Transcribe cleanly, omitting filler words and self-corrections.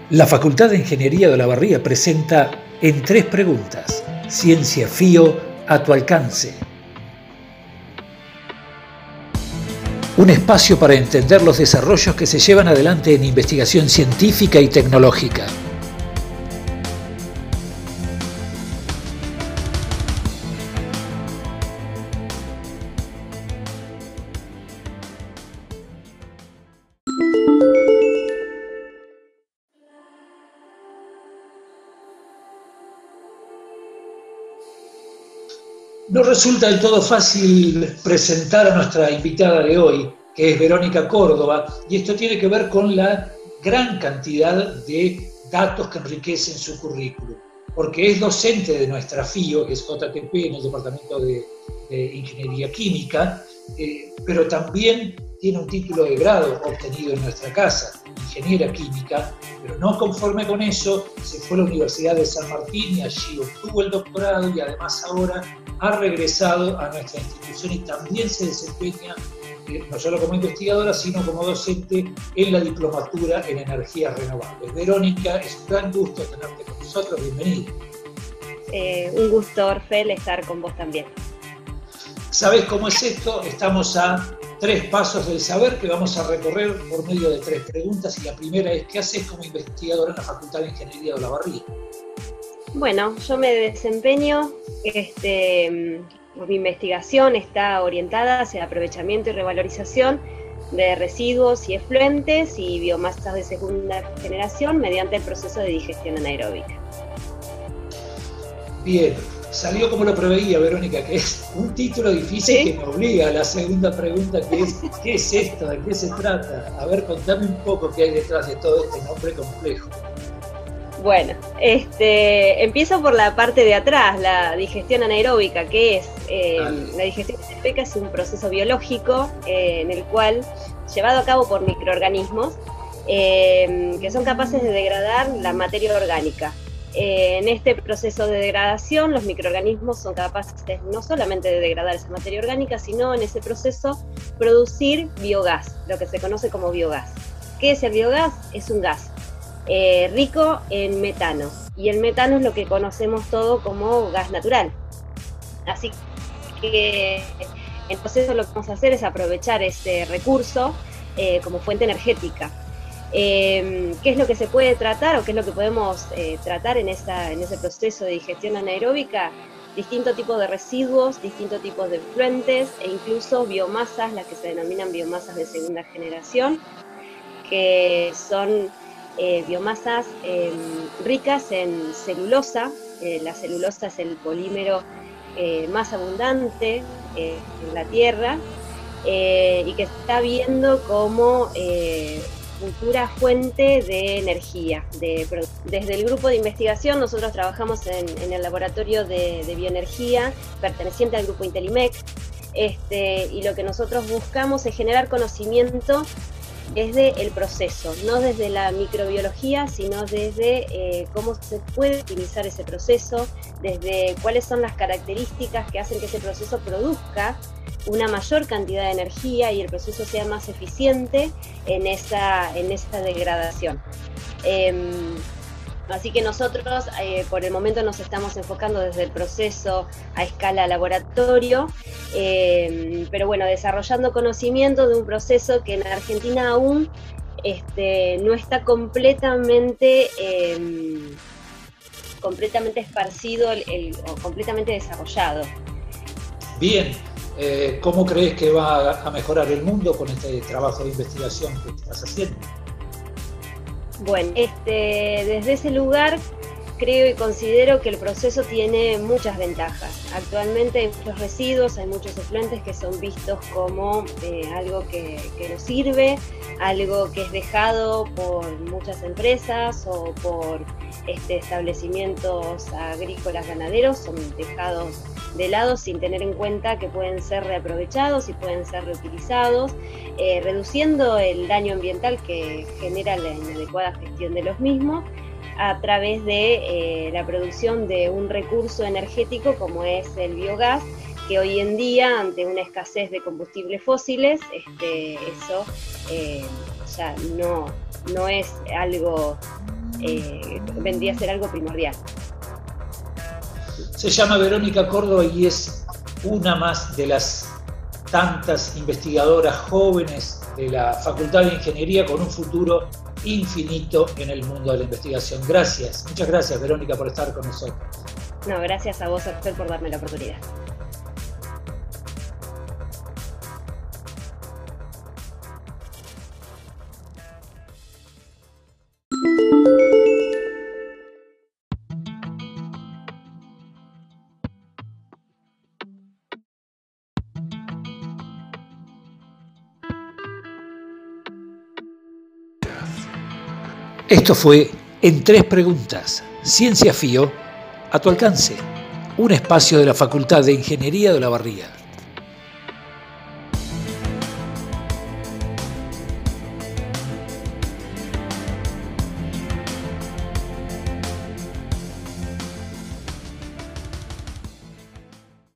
La Facultad de Ingeniería de Olavarría presenta En 3 preguntas, Ciencia FIO a tu alcance. Un espacio para entender los desarrollos que se llevan adelante en investigación científica y tecnológica. No resulta del todo fácil presentar a nuestra invitada de hoy, que es Verónica Córdoba, y esto tiene que ver con la gran cantidad de datos que enriquecen su currículum, porque es docente de nuestra FIO, que es JTP, en el Departamento de Ingeniería Química, pero también tiene un título de grado obtenido en nuestra casa, ingeniera química, pero no conforme con eso, se fue a la Universidad de San Martín y allí obtuvo el doctorado y además ahora ha regresado a nuestra institución y también se desempeña no solo como investigadora, sino como docente en la diplomatura en energías renovables. Verónica, es un gran gusto tenerte con nosotros, bienvenida. Un gusto, Orfel, estar con vos también. ¿Sabés cómo es esto? Estamos a 3 pasos del saber que vamos a recorrer por medio de 3 preguntas, y la primera es, ¿qué haces como investigadora en la Facultad de Ingeniería de Olavarría? Bueno, yo me desempeño, mi investigación está orientada hacia el aprovechamiento y revalorización de residuos y efluentes y biomasas de segunda generación mediante el proceso de digestión anaeróbica. Bien, salió como lo preveía, Verónica, que es un título difícil, ¿sí? Que me obliga a la segunda pregunta, que es, ¿qué es esto? ¿De qué se trata? A ver, contame un poco qué hay detrás de todo este nombre complejo. Bueno, empiezo por la parte de atrás, la digestión anaeróbica, que es, la digestión anaeróbica es un proceso biológico en el cual, llevado a cabo por microorganismos, que son capaces de degradar la materia orgánica. En este proceso de degradación, los microorganismos son capaces no solamente de degradar esa materia orgánica, sino en ese proceso producir biogás, lo que se conoce como biogás. ¿Qué es el biogás? Es un gas rico en metano, y el metano es lo que conocemos todo como gas natural. Así que entonces lo que vamos a hacer es aprovechar ese recurso como fuente energética. ¿Qué es lo que se puede tratar o qué es lo que podemos tratar en ese proceso de digestión anaeróbica? Distintos tipos de residuos, distintos tipos de efluentes e incluso biomasas, las que se denominan biomasas de segunda generación, que son biomasas ricas en celulosa. La celulosa es el polímero más abundante en la Tierra y que se está viendo como futura fuente de energía. Desde el grupo de investigación nosotros trabajamos en el laboratorio de bioenergía perteneciente al grupo Intelimec, y lo que nosotros buscamos es generar conocimiento desde el proceso, no desde la microbiología, sino desde cómo se puede optimizar ese proceso, desde cuáles son las características que hacen que ese proceso produzca una mayor cantidad de energía y el proceso sea más eficiente en esta degradación. Así que nosotros por el momento nos estamos enfocando desde el proceso a escala laboratorio, pero bueno, desarrollando conocimiento de un proceso que en Argentina aún no está completamente esparcido o completamente desarrollado. Bien, ¿cómo crees que va a mejorar el mundo con este trabajo de investigación que estás haciendo? Bueno, desde ese lugar creo y considero que el proceso tiene muchas ventajas. Actualmente hay muchos residuos, hay muchos efluentes que son vistos como algo que no sirve, algo que es dejado por muchas empresas o por establecimientos agrícolas ganaderos, son dejados de lado sin tener en cuenta que pueden ser reaprovechados y pueden ser reutilizados, reduciendo el daño ambiental que genera la inadecuada gestión de los mismos a través de la producción de un recurso energético como es el biogás, que hoy en día, ante una escasez de combustibles fósiles, eso ya no es algo vendría a ser algo primordial. Se llama Verónica Córdoba y es una más de las tantas investigadoras jóvenes de la Facultad de Ingeniería con un futuro infinito en el mundo de la investigación. Gracias, muchas gracias, Verónica, por estar con nosotros. No, gracias a vos, Axel, por darme la oportunidad. Esto fue En 3 Preguntas, Ciencia FIO a tu alcance, un espacio de la Facultad de Ingeniería de Olavarría.